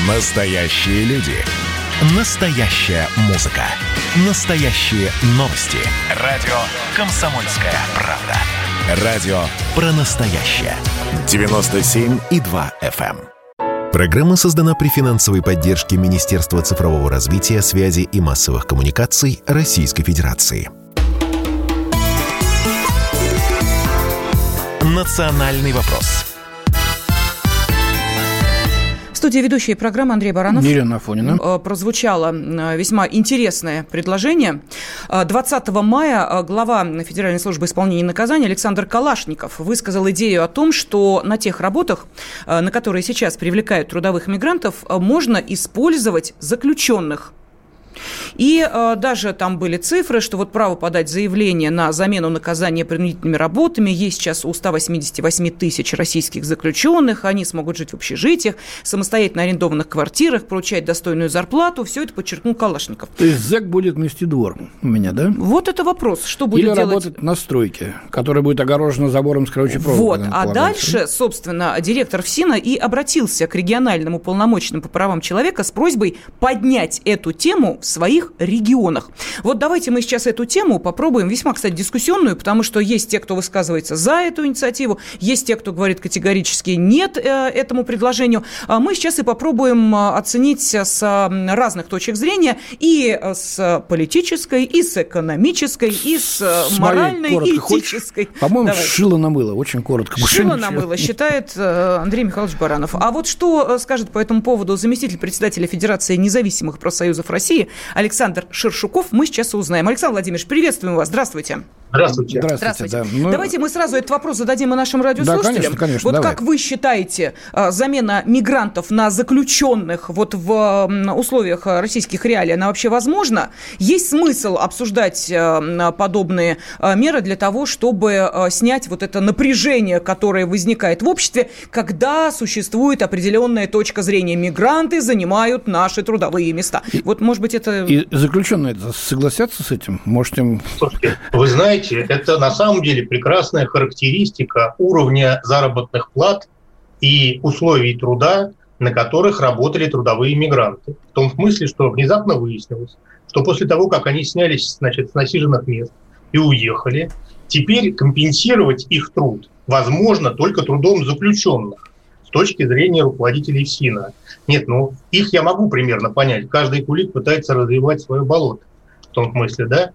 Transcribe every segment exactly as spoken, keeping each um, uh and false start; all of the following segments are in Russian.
Настоящие люди. Настоящая музыка. Настоящие новости. Радио «Комсомольская правда». Радио про настоящее. девяносто семь и два эф эм. Программа создана при финансовой поддержке Министерства цифрового развития, связи и массовых коммуникаций Российской Федерации. «Национальный вопрос». В студии ведущая программы Андрей Баранов. Елена Афонина. Прозвучало весьма интересное предложение. двадцатого мая глава Федеральной службы исполнения наказаний Александр Калашников высказал идею о том, что на тех работах, на которые сейчас привлекают трудовых мигрантов, можно использовать заключенных. И э, даже там были цифры, что вот право подать заявление на замену наказания принудительными работами есть сейчас у ста восьмидесяти восьми тысяч российских заключенных. Они смогут жить в общежитиях, самостоятельно арендованных квартирах, получать достойную зарплату. Все это подчеркнул Калашников. То есть зэк будет мести двор у меня, да? Вот это вопрос. Что будет Или делать? работать на стройке, которая будет огорожена забором с колючей проволокой. Вот. А дальше, собственно, директор ФСИНа и обратился к региональному полномочному по правам человека с просьбой поднять эту тему в своих регионах. Вот давайте мы сейчас эту тему попробуем, весьма, кстати, дискуссионную, потому что есть те, кто высказывается за эту инициативу, есть те, кто говорит категорически нет э, этому предложению. Мы сейчас и попробуем оценить с разных точек зрения, и с политической, и с экономической, и с, с моральной, и этической. Хочешь? По-моему, давайте. Шило на мыло, очень коротко. Шило на мыло, считает Андрей Михайлович Баранов. А вот что скажет по этому поводу заместитель председателя Федерации независимых профсоюзов России Александр Шершуков, мы сейчас узнаем. Александр Владимирович, приветствуем вас. Здравствуйте. Здравствуйте. Здравствуйте. Здравствуйте. Да. Ну... Давайте мы сразу этот вопрос зададим и нашим радиослушателям. Да, конечно, конечно. Вот давай. Как вы считаете, замена мигрантов на заключенных вот в условиях российских реалий, она вообще возможна? Есть смысл обсуждать подобные меры для того, чтобы снять вот это напряжение, которое возникает в обществе, когда существует определенная точка зрения? Мигранты занимают наши трудовые места. И, вот, может быть, это... И заключенные согласятся с этим? Может, им... Слушайте, вы знаете, это на самом деле прекрасная характеристика уровня заработных плат и условий труда, на которых работали трудовые мигранты. В том смысле, что внезапно выяснилось, что после того, как они снялись, значит, с насиженных мест и уехали, теперь компенсировать их труд возможно только трудом заключенных с точки зрения руководителей ФСИНа. Нет, ну, их я могу примерно понять. Каждый кулик пытается развивать свое болото. В том смысле, да?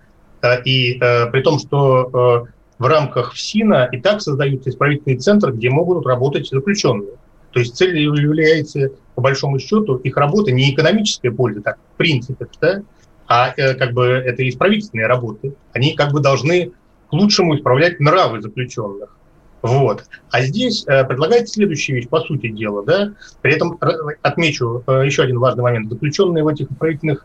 И э, при том, что э, в рамках ФСИНа и так создаются исправительные центры, где могут работать заключенные. То есть целью является, по большому счету, их работа не экономическая польза, так, в принципе, да? А э, как бы это исправительные работы. Они как бы должны к лучшему исправлять нравы заключенных. Вот. А здесь э, предлагается следующая вещь, по сути дела, да. При этом э, отмечу э, еще один важный момент. Заключенные в этих исправительных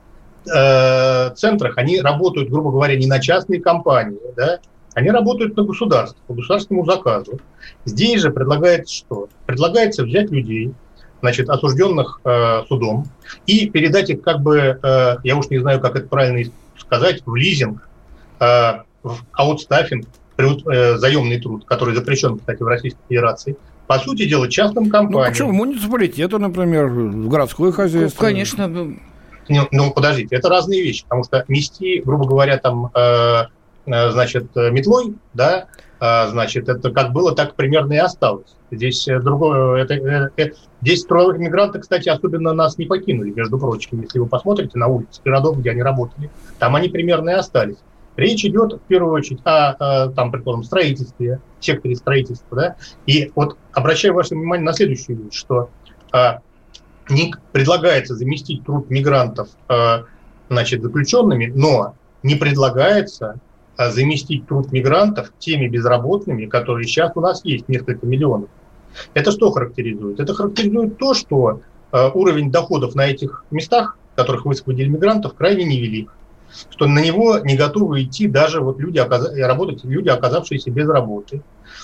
э, центрах, они работают, грубо говоря, не на частные компании, да, они работают на государство, по государственному заказу. Здесь же предлагается что? Предлагается взять людей, значит, осужденных э, судом, и передать их, как бы, э, я уж не знаю, как это правильно сказать, в лизинг, э, в аутстаффинг, заемный труд, который запрещен, кстати, в Российской Федерации, по сути дела, частным компаниям. Ну, почему? Муниципалитету, например, в городское хозяйство. Ну, конечно. Ну, ну, подождите, это разные вещи, потому что мести, грубо говоря, там, э, э, значит, метлой, да, э, значит, это как было, так примерно и осталось. Здесь другое, это, э, э, здесь трудовые мигранты, кстати, особенно нас не покинули, между прочим, если вы посмотрите на улицы городов, где они работали, там они примерно и остались. Речь идет, в первую очередь, о, о там, предположим, строительстве, секторе строительства, да, и вот обращаю ваше внимание на следующую вещь, что а, не предлагается заместить труд мигрантов, а, значит, заключенными, но не предлагается а, заместить труд мигрантов теми безработными, которые сейчас у нас есть, несколько миллионов. Это что характеризует? Это характеризует то, что а, уровень доходов на этих местах, в которых высвободили мигрантов, крайне невелик. Что на него не готовы идти даже вот люди, работать люди, оказавшиеся без работы.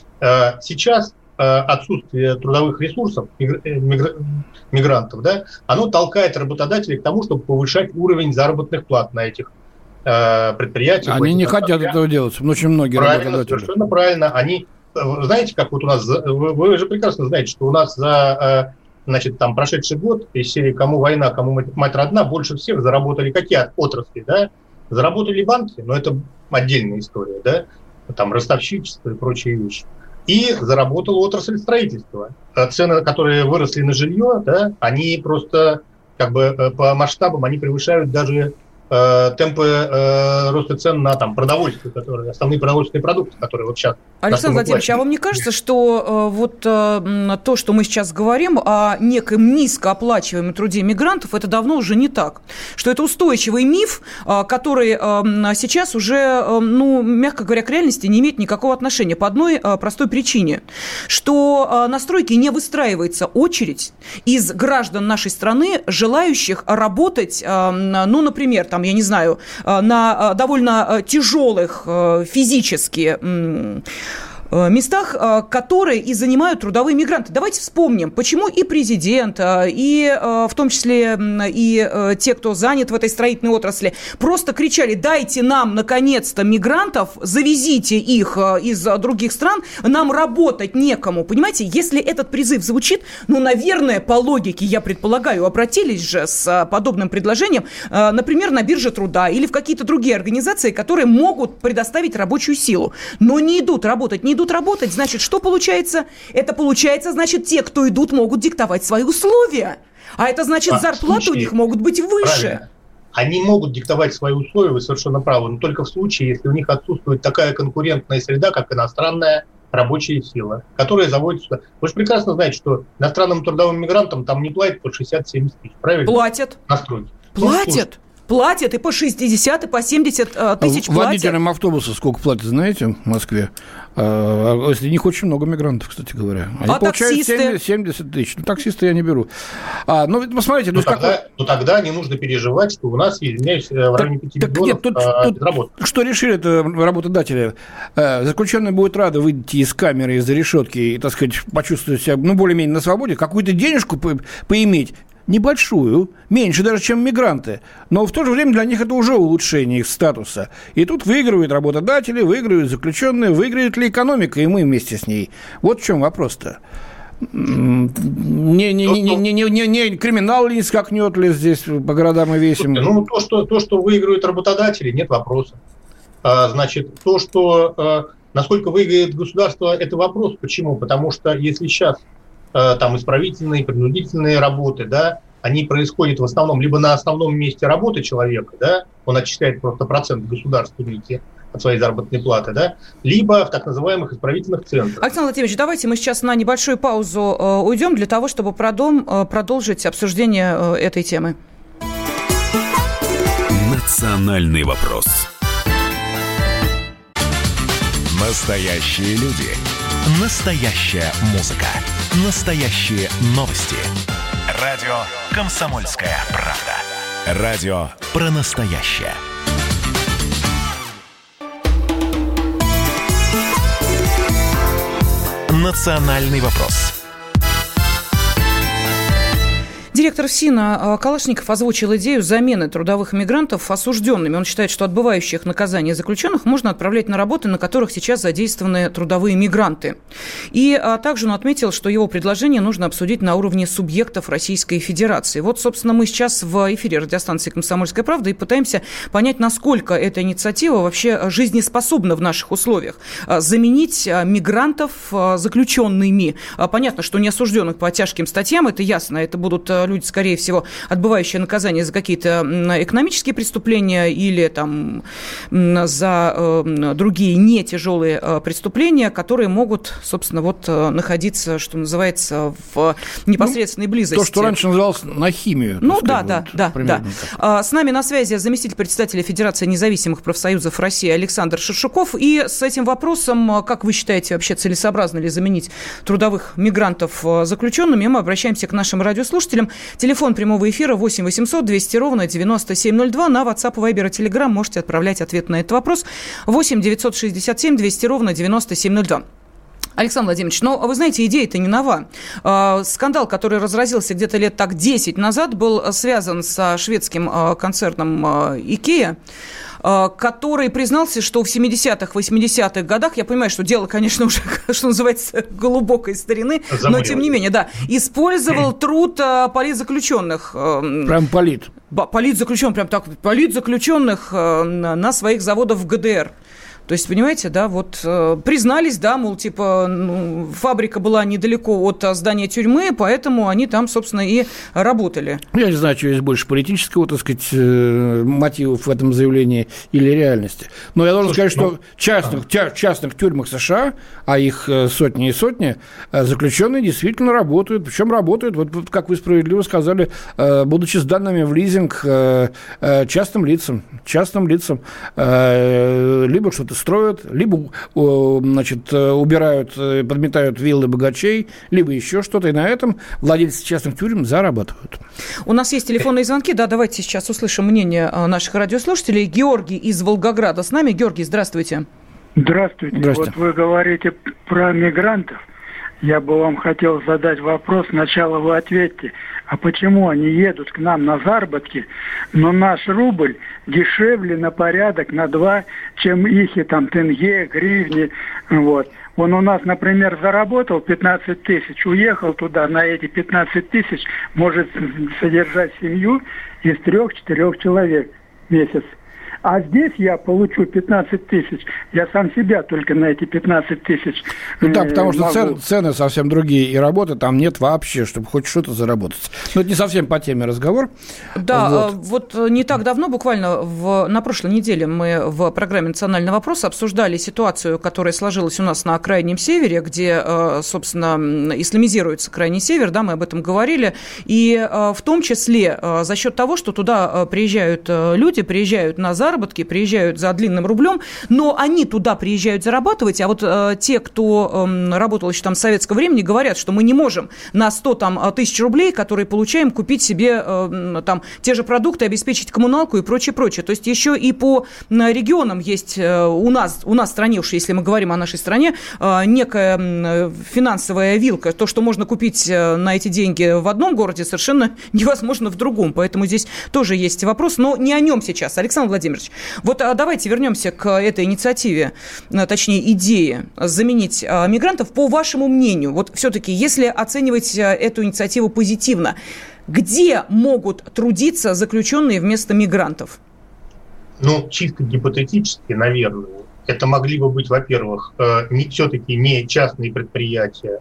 Сейчас отсутствие трудовых ресурсов мигрантов, да, оно толкает работодателей к тому, чтобы повышать уровень заработных плат на этих предприятиях. Они не хотят этого делать, очень многие правильно, работодатели. Совершенно правильно. Они, знаете, как вот у нас, вы, вы же прекрасно знаете, что у нас за значит, там прошедший год из серии «Кому война, кому мать родна» больше всех заработали какие отрасли, да? Заработали банки, но это отдельная история, да? Там ростовщичество и прочие вещи. И заработала отрасль строительства. Цены, которые выросли на жилье, да, они просто как бы по масштабам они превышают даже э, темпы э, роста цен на там, продовольствие, которые, основные продовольственные продукты, которые вот сейчас... Александр Владимирович, а вам не кажется, что э, вот э, то, что мы сейчас говорим о неком низкооплачиваемом труде мигрантов, это давно уже не так? Что это устойчивый миф, э, который э, сейчас уже, э, ну, мягко говоря, к реальности не имеет никакого отношения по одной э, простой причине, что э, на стройке не выстраивается очередь из граждан нашей страны, желающих работать, э, ну, например, там, я не знаю, э, на э, довольно тяжелых э, физически э, местах, которые и занимают трудовые мигранты. Давайте вспомним, почему и президент, и в том числе и те, кто занят в этой строительной отрасли, просто кричали: дайте нам, наконец-то, мигрантов, завезите их из других стран, нам работать некому. Понимаете, если этот призыв звучит, ну, наверное, по логике, я предполагаю, обратились же с подобным предложением, например, на бирже труда или в какие-то другие организации, которые могут предоставить рабочую силу, но не идут работать, не идут работать, значит, что получается? Это получается, значит, те, кто идут, могут диктовать свои условия. А это значит, а, зарплаты случае, у них могут быть выше. Правильно. Они могут диктовать свои условия, вы совершенно правы, но только в случае, если у них отсутствует такая конкурентная среда, как иностранная рабочая сила, которая заводит сюда. Вы же прекрасно знаете, что иностранным трудовым мигрантам там не платят по шестьдесят-семьдесят тысяч, правильно? Платят. Настройки. Платят. Ну, платят и по шестьдесят, и по семьдесят тысяч платят. Водителям автобуса сколько платят, знаете, в Москве? А, если них очень много мигрантов, кстати говоря. Они а получают таксисты? семьдесят тысяч. Ну, таксисты я не беру. А, ну, посмотрите. Ну, ну, тогда, какой... ну, тогда не нужно переживать, что у нас, извиняюсь, в районе пяти миллионов тут, а, тут, работы. Что решили это работодатели? Заключенные будут рады выйти из камеры, из-за решетки и, так сказать, почувствовать себя, ну, более-менее на свободе, какую-то денежку по- поиметь. Небольшую, меньше даже, чем мигранты. Но в то же время для них это уже улучшение их статуса. И тут выигрывают работодатели, выигрывают заключенные, выиграет ли экономика, и мы вместе с ней. Вот в чем вопрос-то. Не, не, не, не, не, не, не криминал ли не скакнет ли здесь по городам и весям? Ну, то, что, то, что выигрывают работодатели, нет вопроса. А, значит, то, что а, насколько выиграет государство, это вопрос. Почему? Потому что если сейчас там исправительные, принудительные работы, да, они происходят в основном либо на основном месте работы человека, да, он отчисляет просто процент государству от своей заработной платы, да, либо в так называемых исправительных центрах. Александр Владимирович, давайте мы сейчас на небольшую паузу э, уйдем для того, чтобы продом, э, продолжить обсуждение э, этой темы. Национальный вопрос. Настоящие люди. Настоящая музыка. Настоящие новости. Радио «Комсомольская правда». Радио про настоящее. Национальный вопрос. Директор ФСИНа Калашников озвучил идею замены трудовых мигрантов осужденными. Он считает, что отбывающих наказание заключенных можно отправлять на работы, на которых сейчас задействованы трудовые мигранты. И а, также он отметил, что его предложение нужно обсудить на уровне субъектов Российской Федерации. Вот, собственно, мы сейчас в эфире радиостанции «Комсомольская правда» и пытаемся понять, насколько эта инициатива вообще жизнеспособна в наших условиях. Заменить мигрантов заключенными. Понятно, что не осужденных по тяжким статьям, это ясно, это будут люди, скорее всего, отбывающие наказание за какие-то экономические преступления или там за другие не тяжелые преступления, которые могут, собственно, вот находиться, что называется, в непосредственной ну, близости. То, что раньше называлось на химию. Ну да, да, вот, да, да. да. С нами на связи заместитель председателя Федерации независимых профсоюзов России Александр Шершуков. И с этим вопросом, как вы считаете, вообще целесообразно ли заменить трудовых мигрантов заключенными, мы обращаемся к нашим радиослушателям. Телефон прямого эфира восемь восемьсот двести ровно девяносто семь ноль два. На WhatsApp, Viber и Telegram можете отправлять ответ на этот вопрос. восемь девятьсот шестьдесят семь двести ровно девяносто семь ноль два. Александр Владимирович, но вы знаете, идея-то не нова. Скандал, который разразился где-то лет так десять назад, был связан со шведским концерном IKEA, который признался, что в семидесятых, восьмидесятых годах, я понимаю, что дело, конечно, уже, что называется, глубокой старины, Замыливали. но тем не менее, да, использовал труд политзаключенных. Прям полит. Политзаключенных, прям так, политзаключенных на своих заводах в ГДР. То есть, понимаете, да, вот э, признались, да, мол, типа, ну, фабрика была недалеко от здания тюрьмы, поэтому они там, собственно, и работали. Я не знаю, что есть больше политического, так сказать, э, мотивов в этом заявлении или реальности. Но я должен Слушай, сказать, ну, что в частных, а. частных тюрьмах США, а их сотни и сотни, заключенные действительно работают. Причем работают, вот как вы справедливо сказали, э, будучи сданными в лизинг э, э, частным лицам. Частным лицам. Э, либо что-то строят, либо, значит, убирают, подметают виллы богачей, либо еще что-то, и на этом владельцы частных тюрем зарабатывают. У нас есть телефонные звонки, да, давайте сейчас услышим мнение наших радиослушателей. Георгий из Волгограда с нами. Георгий, здравствуйте. Здравствуйте. Здравствуйте. Вот вы говорите про мигрантов. Я бы вам хотел задать вопрос. Сначала вы ответьте, а почему они едут к нам на заработки, но наш рубль дешевле на порядок, на два, чем их и там тенге, гривни, вот. Он у нас, например, заработал пятнадцать тысяч, уехал туда, на эти пятнадцать тысяч может содержать семью из трех-четырех человек в месяц. А здесь я получу пятнадцать тысяч. Я сам себя только на эти пятнадцать тысяч Ну да, потому что цены, цены совсем другие, и работы там нет вообще, чтобы хоть что-то заработать. Но это не совсем по теме разговор. Да, вот, вот не так давно, буквально в, на прошлой неделе мы в программе «Национальный вопрос» обсуждали ситуацию, которая сложилась у нас на Крайнем Севере, где, собственно, исламизируется Крайний Север, да, мы об этом говорили, и в том числе за счет того, что туда приезжают люди, приезжают на заработки, заработки, приезжают за длинным рублем, но они туда приезжают зарабатывать, а вот э, те, кто э, работал еще там с советского времени, говорят, что мы не можем на сто там, тысяч рублей, которые получаем, купить себе э, там, те же продукты, обеспечить коммуналку и прочее, прочее. То есть еще и по регионам есть э, у нас, у нас в стране, уж если мы говорим о нашей стране, э, некая э, финансовая вилка. То, что можно купить э, на эти деньги в одном городе, совершенно невозможно в другом. Поэтому здесь тоже есть вопрос, но не о нем сейчас. Александр Владимирович, вот а давайте вернемся к этой инициативе, точнее, идее заменить а, мигрантов. По вашему мнению, вот все-таки, если оценивать а, эту инициативу позитивно, где могут трудиться заключенные вместо мигрантов? Ну, чисто гипотетически, наверное, это могли бы быть, во-первых, э, не, все-таки не частные предприятия,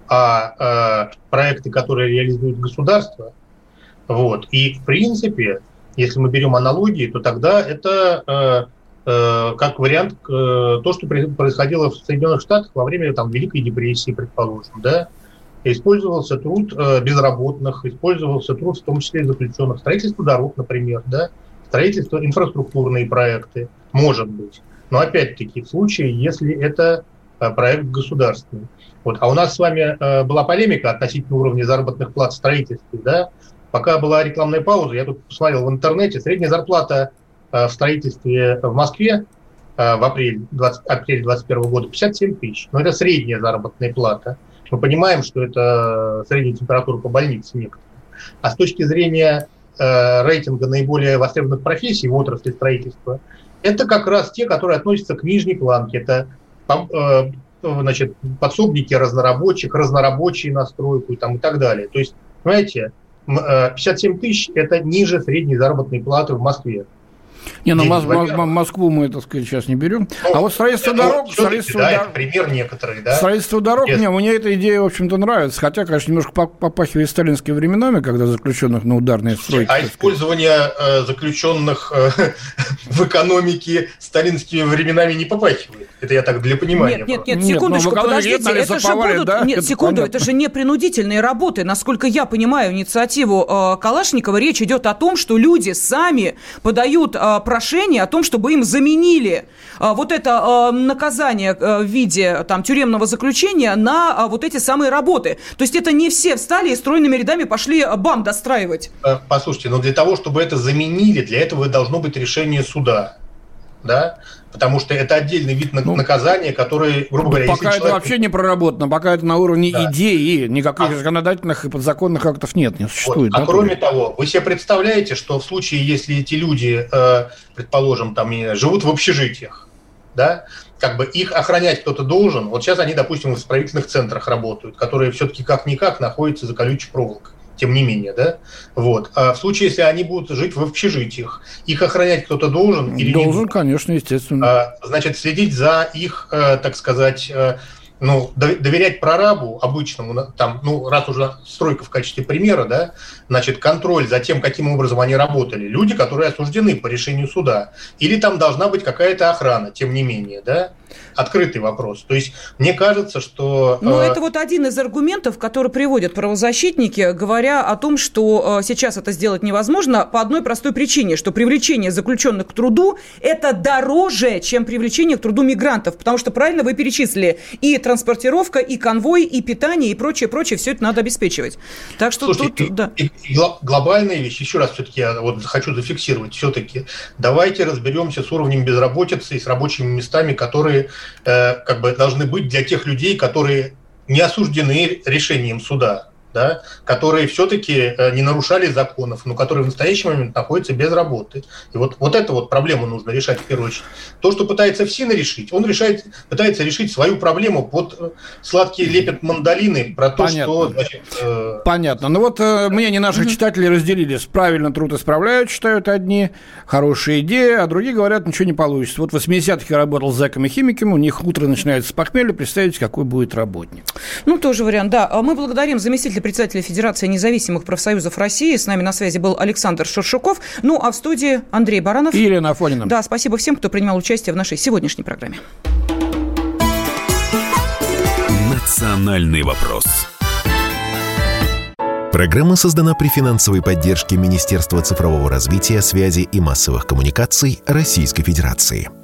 а э, проекты, которые реализует государство. Вот. И, в принципе, если мы берем аналогии, то тогда это э, э, как вариант э, то, что происходило в Соединенных Штатах во время там, Великой депрессии, предположим. Да? Использовался труд э, безработных, использовался труд в том числе заключенных, строительство дорог, например, да? Строительство, инфраструктурные проекты, может быть. Но опять-таки в случае, если это э, проект государственный. Вот. А у нас с вами э, была полемика относительно уровня заработных плат в строительстве, да? Пока была рекламная пауза, я тут посмотрел в интернете, средняя зарплата э, в строительстве в Москве э, в апреле двадцать первого года пятьдесят семь тысяч. Но это средняя заработная плата. Мы понимаем, что это средняя температура по больнице некоторые. А с точки зрения э, рейтинга наиболее востребованных профессий в отрасли строительства, это как раз те, которые относятся к нижней планке. Это э, значит, подсобники разнорабочих, разнорабочие на стройку и, там, и так далее. То есть, понимаете, пятьдесят семь тысяч – это ниже средней заработной платы в Москве. Не, ну Мос- Москву мы, так сказать, сейчас не берем. Ну, а вот строительство дорог... Строительство да, дор... это пример некоторые, да. Строительство дорог, не, мне эта идея, в общем-то, нравится. Хотя, конечно, немножко попахивает сталинскими временами, когда заключенных на ударные стройки... А использование э, заключенных э, в экономике сталинскими временами не попахивает. Это я так для понимания. Нет, нет, нет, секундочку, нет, подождите. Это же будут... Да? Нет, это секунду, понятно. Это же не принудительные работы. Насколько я понимаю инициативу э, Калашникова, речь идет о том, что люди сами подают э, прошение о том, чтобы им заменили э, вот это э, наказание э, в виде там, тюремного заключения на э, вот эти самые работы. То есть это не все встали и стройными рядами пошли БАМ достраивать. Послушайте, но для того, чтобы это заменили, для этого должно быть решение суда. да, потому что это отдельный вид ну, наказания, который, грубо говоря, пока это человек... вообще не проработано, пока это на уровне да. идеи, никаких а... законодательных и подзаконных актов нет, не существует. Вот. Да, а кроме того, вы себе представляете, что в случае, если эти люди, предположим, там, живут в общежитиях, да, как бы их охранять кто-то должен. Вот сейчас они, допустим, в исправительных центрах работают, которые все-таки как-никак находятся за колючей проволокой. Тем не менее, да, вот. А в случае, если они будут жить в общежитиях, их охранять кто-то должен или должен, не должен? Конечно, естественно. А, значит, следить за их, так сказать, ну, доверять прорабу обычному, там, ну, раз уже стройка в качестве примера, да, значит, контроль за тем, каким образом они работали, люди, которые осуждены по решению суда, или там должна быть какая-то охрана, тем не менее, да, открытый вопрос. То есть, мне кажется, что... Ну, э... это вот один из аргументов, который приводят правозащитники, говоря о том, что э, сейчас это сделать невозможно по одной простой причине, что привлечение заключенных к труду – это дороже, чем привлечение к труду мигрантов, потому что, правильно вы перечислили, и транспортировка, и конвой, и питание, и прочее, прочее, все это надо обеспечивать. Так что Слушайте, тут, и, да. И, и глобальная вещь, еще раз все-таки я вот хочу зафиксировать, все-таки давайте разберемся с уровнем безработицы и с рабочими местами, которые э, как бы должны быть для тех людей, которые не осуждены решением суда, да, которые все-таки э, не нарушали законов, но которые в настоящий момент находятся без работы. И вот, вот эту вот проблему нужно решать в первую очередь. То, что пытается ФСИН решить, он решает, пытается решить свою проблему под сладкие лепят мандолины про то, Понятно. что... Значит, э... Понятно. Ну вот э, мнения наших читателей разделились. Правильно труд исправляют, считают одни, хорошая идея, а другие говорят, ничего не получится. Вот в восьмидесятых я работал с зэками-химиками, у них утро начинается с похмелья, представьте, какой будет работник. Ну, тоже вариант, да. Мы благодарим заместителя председателя Федерации независимых профсоюзов России. С нами на связи был Александр Шуршуков. Ну, а в студии Андрей Баранов. И Елена Афонина. Да, спасибо всем, кто принимал участие в нашей сегодняшней программе. Национальный вопрос. Программа создана при финансовой поддержке Министерства цифрового развития, связи и массовых коммуникаций Российской Федерации.